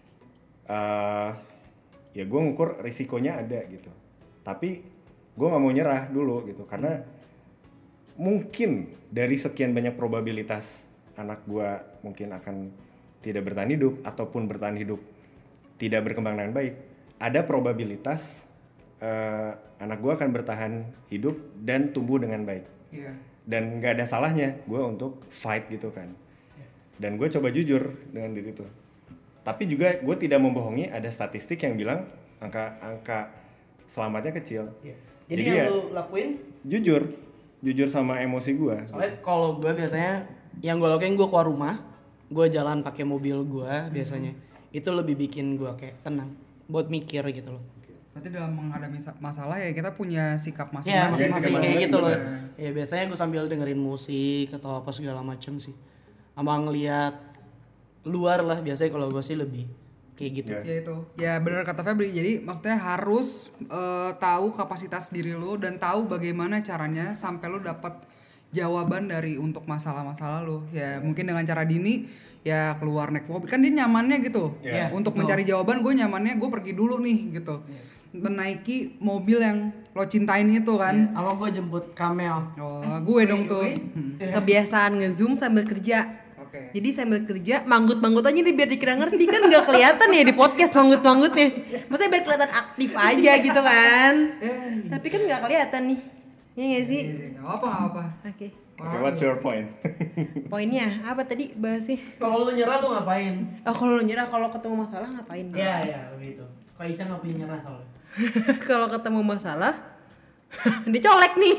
Uh, ya gue ngukur risikonya ada gitu. Tapi gue nggak mau nyerah dulu gitu karena mungkin dari sekian banyak probabilitas anak gue mungkin akan tidak bertahan hidup ataupun bertahan hidup tidak berkembang dengan baik, ada probabilitas uh, anak gue akan bertahan hidup dan tumbuh dengan baik. Iya. Dan nggak ada salahnya gue untuk fight gitu kan. Dan gue coba jujur dengan diri itu. Tapi juga gue tidak membohongi, ada statistik yang bilang angka angka selamatnya kecil. Jadi, Jadi yang ya- lo lakuin, Jujur, jujur sama emosi gue. soalnya kalau gue biasanya yang gue lakuin gue keluar rumah, gue jalan pakai mobil gue biasanya. Itu lebih bikin gue kayak tenang, buat mikir gitu loh. Berarti dalam menghadapi sa- masalah ya kita punya sikap Ya masing-masing. masing-masing Masing-masing kayak gitu loh. juga. Ya biasanya gue sambil dengerin musik atau apa segala macem sih. Sama ngeliat luar lah biasanya kalau gue sih lebih kayak gitu. Ya. Ya itu. Ya benar kata Febri. Jadi maksudnya harus eh, tahu kapasitas diri lu dan tahu bagaimana caranya sampai lu dapat jawaban dari untuk masalah-masalah lu. Ya mungkin dengan cara dini ya keluar naik mobil kan dia nyamannya gitu. Iya, Untuk betul. mencari jawaban gue nyamannya gue pergi dulu nih gitu. Menaiki mobil yang lo cintain itu kan. Sama gue jemput Kamel. Oh, gue dong tuh. Hmm. Kebiasaan nge-zoom sambil kerja. Oke. Jadi sambil kerja manggut-manggut aja nih biar dikira ngerti kan nggak kelihatan ya di podcast manggut-manggutnya. Maksudnya biar kelihatan aktif aja gitu kan. Tapi kan nggak kelihatan nih. Iya nggak sih? Gak apa apa. Oke. Oke, what's your point? Poinnya apa tadi bahasnya? Kalau lu nyerah lu ngapain? Oh kalau lo nyerah kalau ketemu masalah ngapain? Ya ya begitu. Kalau Ica nggak punya nyerah soalnya. Kalau ketemu masalah dicolek nih.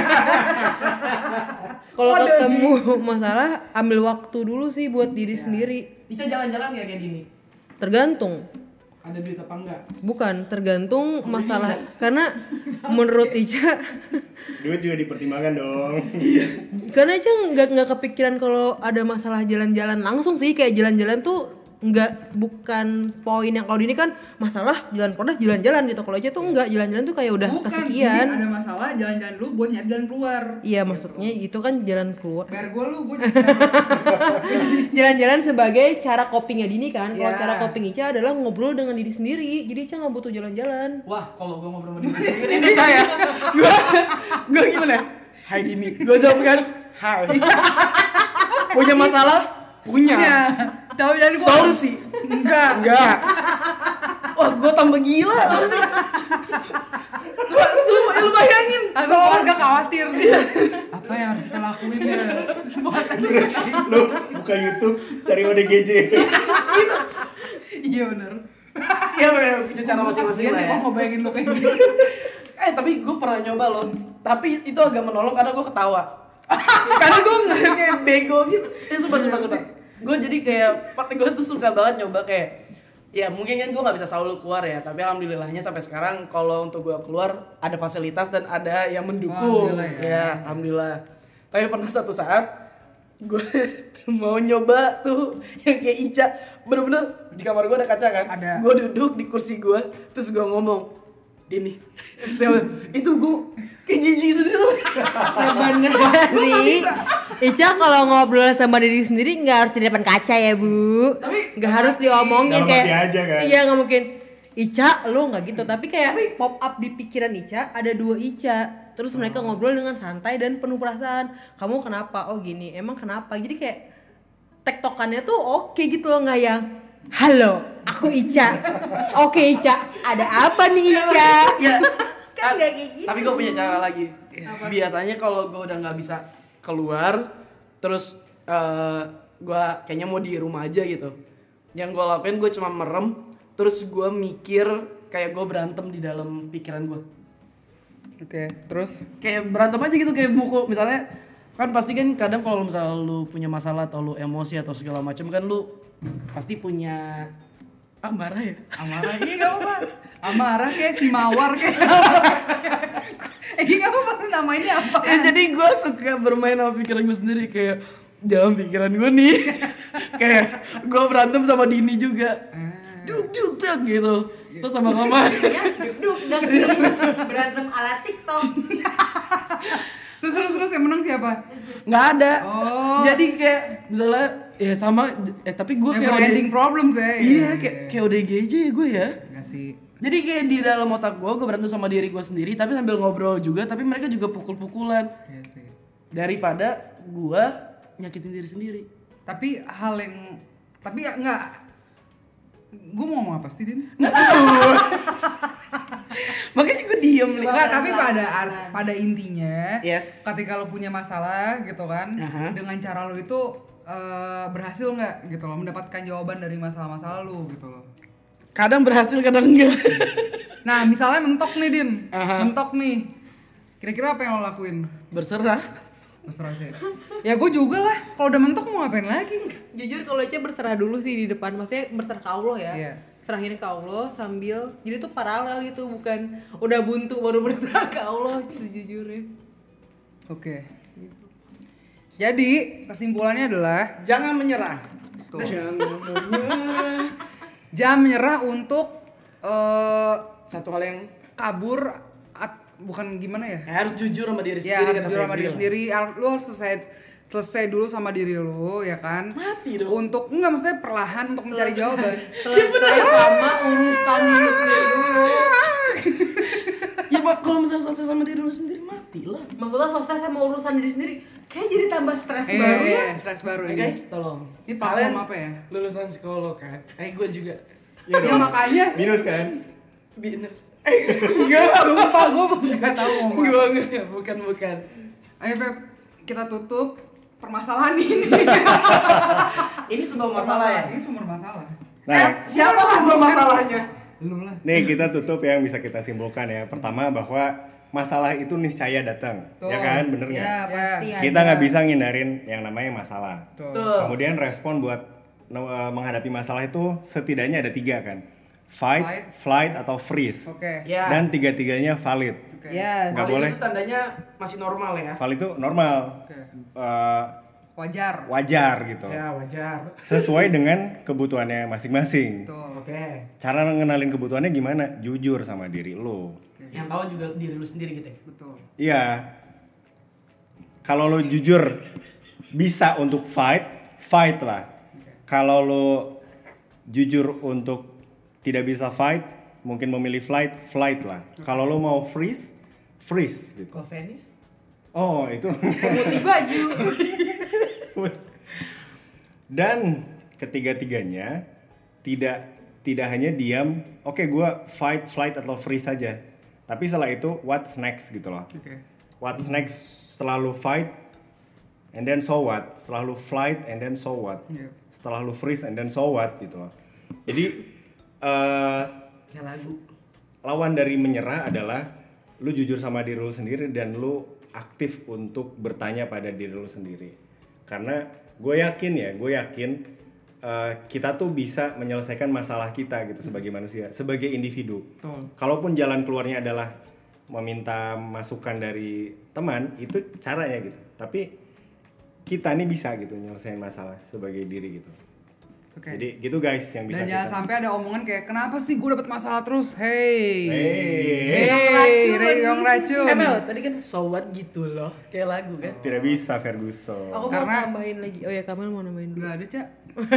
Kalau ketemu masalah ambil waktu dulu sih buat diri sendiri. Ica jalan-jalan nggak kayak gini? Tergantung. ada duit apa enggak? Bukan, tergantung masalah. Karena menurut Ica, Duit juga dipertimbangkan dong. karena Ica nggak nggak kepikiran kalau ada masalah jalan-jalan langsung sih, kayak jalan-jalan tuh nggak, bukan poin yang kalau di ini kan masalah jalan keluar jalan-jalan gitu. Kalau Ica tuh enggak, jalan-jalan tuh kayak udah Bukan, kesekian. ini ada masalah jalan-jalan dulu buat nyari jalan keluar. Iya, maksudnya itu kan jalan keluar. Bayar gue lu, gue Jalan-jalan sebagai cara copingnya Dini kan. Kalau Ya. cara coping Ica adalah ngobrol dengan diri sendiri. Jadi Ica nggak butuh jalan-jalan. Wah, kalau gue ngobrol sama diri sendiri ini saya. Gue gue gimana? Hai Dini. Gue jawab kan, hai. Punya masalah? Punya. tahu jadi gua Solusi? Enggak. Enggak. Wah, gue tambah gila. Coba, sumpah, lu bayangin. Langsung keluarga khawatir. Apa yang harus kita lakuin ya? Buat Terus lu buka YouTube cari O D G J. Iya benar. Iya bener, punya cara masing-masing lah ya. Kok mau bayangin lu kayak gitu? Eh tapi gue pernah nyoba loh. Tapi itu agak menolong karena gue ketawa. Karena gue nggak kayak bego gitu. Ya sumpah sumpah sumpah. Gue jadi kayak, part gue tuh suka banget nyoba kayak, ya mungkin kan gue nggak bisa selalu keluar ya. Tapi alhamdulillahnya sampai sekarang kalau untuk gue keluar ada fasilitas dan ada yang mendukung. Alhamdulillah ya. Ya alhamdulillah. Tapi pernah suatu saat gue mau nyoba tuh yang kayak Ica, bener-bener di kamar gue ada kaca kan. Ada. Gue duduk di kursi gue, terus gue ngomong, Dini, saya bilang, itu gue kayak jijik sendiri tuh. Sih, Ica kalau ngobrol sama diri sendiri nggak harus di depan kaca ya bu. Tapi nggak harus diomongin dalam kayak. hati aja kan? Iya nggak mungkin. Ica lo nggak gitu, tapi kayak pop up di pikiran Ica ada dua Ica. Terus mereka ngobrol dengan santai dan penuh perasaan. Kamu kenapa? Oh gini. Emang kenapa? Jadi kayak tektokannya tuh oke gitu loh, nggak yang halo, aku Ica. Oke Ica, ada apa nih Ica? Ya, Kan nggak kayak gitu. tapi gue punya cara lagi. Biasanya kalau gue udah nggak bisa keluar, terus uh, gue kayaknya mau di rumah aja gitu. Yang gue lakuin gue cuma merem, terus gue mikir kayak gue berantem di dalam pikiran gue. Oke, terus Kayak berantem aja gitu, kayak buku misalnya. Kan pasti kan kadang kalau misalnya lu punya masalah atau lu emosi atau segala macam kan lu pasti punya amarah ya. amarah iya gak apa-apa. Amarah kayak si mawar kayak. Eh gak apa-apa, namanya apa? Ya, jadi gue suka bermain sama pikiran gue sendiri kayak dalam pikiran gue nih kayak gue berantem sama Dini juga, duk duk duk gitu, terus sama lama Ya, duduk duduk berantem ala TikTok. Terus terus terus yang menang siapa? nggak ada. Oh. Jadi kayak misalnya ya sama, eh tapi gue kayak Never ending problem sih. iya kayak kayak O D G J gue ya. Enggak sih. Jadi kayak di dalam otak gue, gue berantem sama diri gue sendiri, tapi sambil ngobrol juga, tapi mereka juga pukul-pukulan. Iya sih. Daripada gue nyakitin diri sendiri. Tapi hal yang tapi ya enggak, gue mau ngomong apa sih Din? Makanya gue diem nih. Enggak, tapi pada art- pada intinya Yes. ketika lo punya masalah gitu kan, Aha. dengan cara lo itu eh, berhasil nggak gitu loh mendapatkan jawaban dari masalah-masalah lo gitu loh. Kadang berhasil, kadang enggak. Nah misalnya mentok nih Din, Aha. mentok nih, kira-kira apa yang lo lakuin? Berserah. Terserah sih. Ya gue juga lah, kalau udah mentok mau ngapain lagi? Jujur kalau Ica berserah dulu sih di depan, maksudnya berserah ke Allah ya. Iya. Serahin ke Allah sambil, jadi tuh paralel gitu, bukan udah buntu baru berserah ke Allah sejujurnya. Oke. Jadi kesimpulannya adalah Jangan menyerah. Tuh. Jangan menyerah. jangan menyerah untuk eh, Satu hal yang kabur, at- bukan gimana ya? ya, harus jujur sama diri Ya sendiri. harus kata jujur sama Febri diri lah. sendiri. Al- Lu harus selesai selesai dulu sama diri lu ya kan? Mati dong. Untuk enggak maksudnya perlahan untuk mencari jawaban. Selesai sama urusan diri sendiri dulu. Ya Pak, kalau misalnya selesai sama diri lu sendiri, mati lah. Maksudnya selesai sama urusan diri sendiri, kayak jadi tambah stres Eh, baru ya. stres baru Eh ini. guys, tolong. Ini platform apa ya? Lulusan psikolog kan? Eh gue juga. Iya Ya dong. makanya Minus kan? Binus. Eh, enggak, lupa gue nggak tahu ngomong apa. Gue enggak, bukan bukan. Ayo Feb, kita tutup permasalahan ini. Ini sebuah masalah ya. Ini sumber masalah. Nah, Siapa sumber masalahnya? Lu lah. nih kita tutup yang bisa kita simpulkan ya. Pertama bahwa masalah itu niscaya datang, Tuh. ya kan? Bener nggak? Ya pasti ada. Kita nggak bisa ngindarin yang namanya masalah. Tuh. Tuh. Kemudian respon buat no- eh, menghadapi masalah itu setidaknya ada tiga kan. fight, Fight. flight atau freeze. Oke. Ya. Dan tiga-tiganya valid. Oke. Ya, Nggak Valid boleh. itu tandanya masih normal ya. Valid itu normal. Oke. Eh, Wajar. wajar gitu. Ya wajar. Sesuai dengan kebutuhannya masing-masing. Betul. Oke. Cara ngenalin kebutuhannya gimana? Jujur sama diri lo. Yang tahu juga diri lu sendiri gitu ya. Betul. Iya. Kalau lo jujur bisa untuk fight, fight lah. Kalau lo jujur untuk tidak bisa fight, mungkin memilih flight, flight lah. Kalau lo mau freeze, freeze gitu. Kalau Venice? Oh, itu. putih baju. Dan ketiga-tiganya tidak tidak hanya diam, oke gua fight, flight atau freeze saja. Tapi setelah itu what's next gitu loh. Oke. What's next setelah lu fight and then so what? Setelah lu flight and then so what? Iya. Setelah lu freeze and then so what gitu loh. Jadi eh Kayak lagu. lawan dari menyerah adalah lu jujur sama diri lu sendiri dan lu aktif untuk bertanya pada diri lu sendiri. Karena gue yakin ya, gue yakin uh, kita tuh bisa menyelesaikan masalah kita gitu sebagai manusia, sebagai individu. Betul. Kalaupun jalan keluarnya adalah meminta masukan dari teman, itu caranya gitu. Tapi kita nih bisa gitu nyelesain masalah sebagai diri gitu. Oke. Jadi gitu guys yang bisa Dan kita. jangan sampai ada omongan kayak kenapa sih gue dapet masalah terus? Hey. Hey. Hey, racun. racun. Eh Mel, tadi kan so what gitu loh. Kayak lagu kan. Tidak bisa Ferguson. Aku mau Karena- tambahin lagi. Oh ya, Kamel mau nambahin dulu. Gak ada, Cak.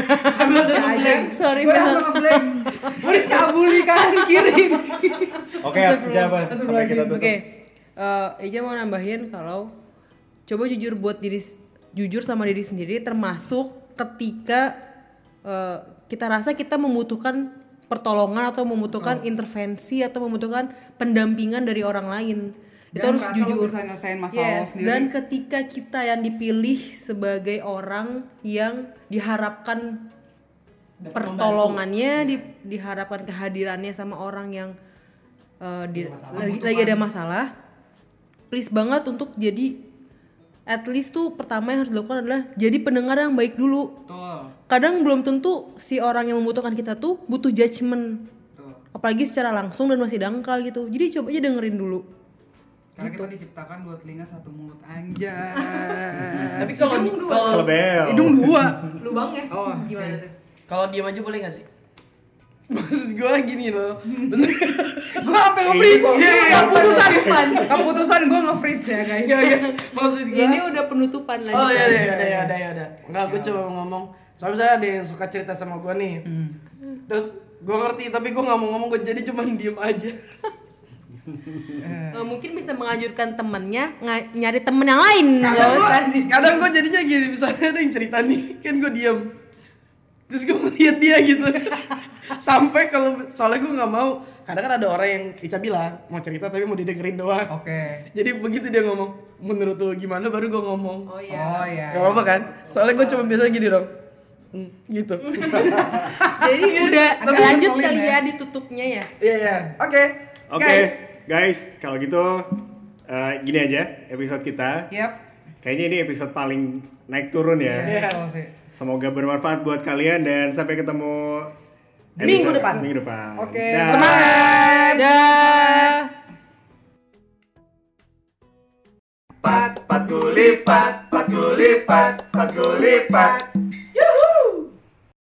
Cak aja. Sorry, Gue Mel. langsung ngeblank. Gue dicabuli kanan kiri. Oke, apa sampai kita tutup. Oke, eh, Eja mau nambahin kalau coba jujur buat diri, jujur sama diri sendiri, termasuk ketika eh, kita rasa kita membutuhkan pertolongan atau membutuhkan intervensi atau membutuhkan pendampingan dari orang lain. Itu Jangan harus merasa lo jujur. bisa nyelesain masalah Yes, lo sendiri. dan ketika kita yang dipilih sebagai orang yang diharapkan Dapat pertolongannya, di, diharapkan kehadirannya sama orang yang uh, di- masalah. lagi, lagi ada masalah, please banget untuk jadi at least tuh pertama yang harus dilakukan adalah jadi pendengar yang baik dulu. Betul. Kadang belum tentu si orang yang membutuhkan kita tuh butuh judgement, Betul. apalagi secara langsung dan masih dangkal gitu. Jadi coba aja dengerin dulu. Karena kita diciptakan dua telinga satu mulut anjay. Tapi kalau kalau Selebel. hidung dua. Lubangnya. Oh, Gimana tuh? kalau diam aja boleh gak sih? Maksud gue gini loh. Maksud Gue sampai nge-freeze. Iya, iya, Keputusan keputusan gue nge-freeze ya guys. Iya, iya. Maksud gue Ini udah penutupan lagi. Oh iya kan? iya iya iya iya iya. Enggak, gue coba mau ngomong. Soalnya misalnya ada yang suka cerita sama gue nih. Terus gue ngerti tapi gue nggak mau ngomong, gue jadi cuma diem aja. Eh, mungkin bisa mengajukan temennya nga- nyari temen yang lain. Kadang Nggak gue usah. kadang gue jadinya gini, misalnya ada yang cerita nih, kan gue diem. Terus gue ngeliat dia gitu. Sampai kalau soalnya gue nggak mau, kadang kan ada orang yang Ica bilang mau cerita tapi mau didengerin doang. Oke. Jadi begitu dia ngomong, menurut lo gimana, baru gue ngomong. Oh iya. Oh iya. Gak apa-apa kan? Soalnya gue cuma biasa gini dong. Hmm, gitu. Jadi udah Agak lanjut ngeselin kali ya. ya ditutupnya ya. Iya iya. Oke. Oke, Guys. guys, kalau gitu eh, gini aja episode kita. Yap. Kayaknya ini episode paling naik turun ya. Iya, betul sih. Semoga bermanfaat buat kalian dan sampai ketemu Minggu episode- depan. Minggu depan. Oke. Dah. Semangat. Dah. Pat pat gulipat, pat gulipat, pat gulipat.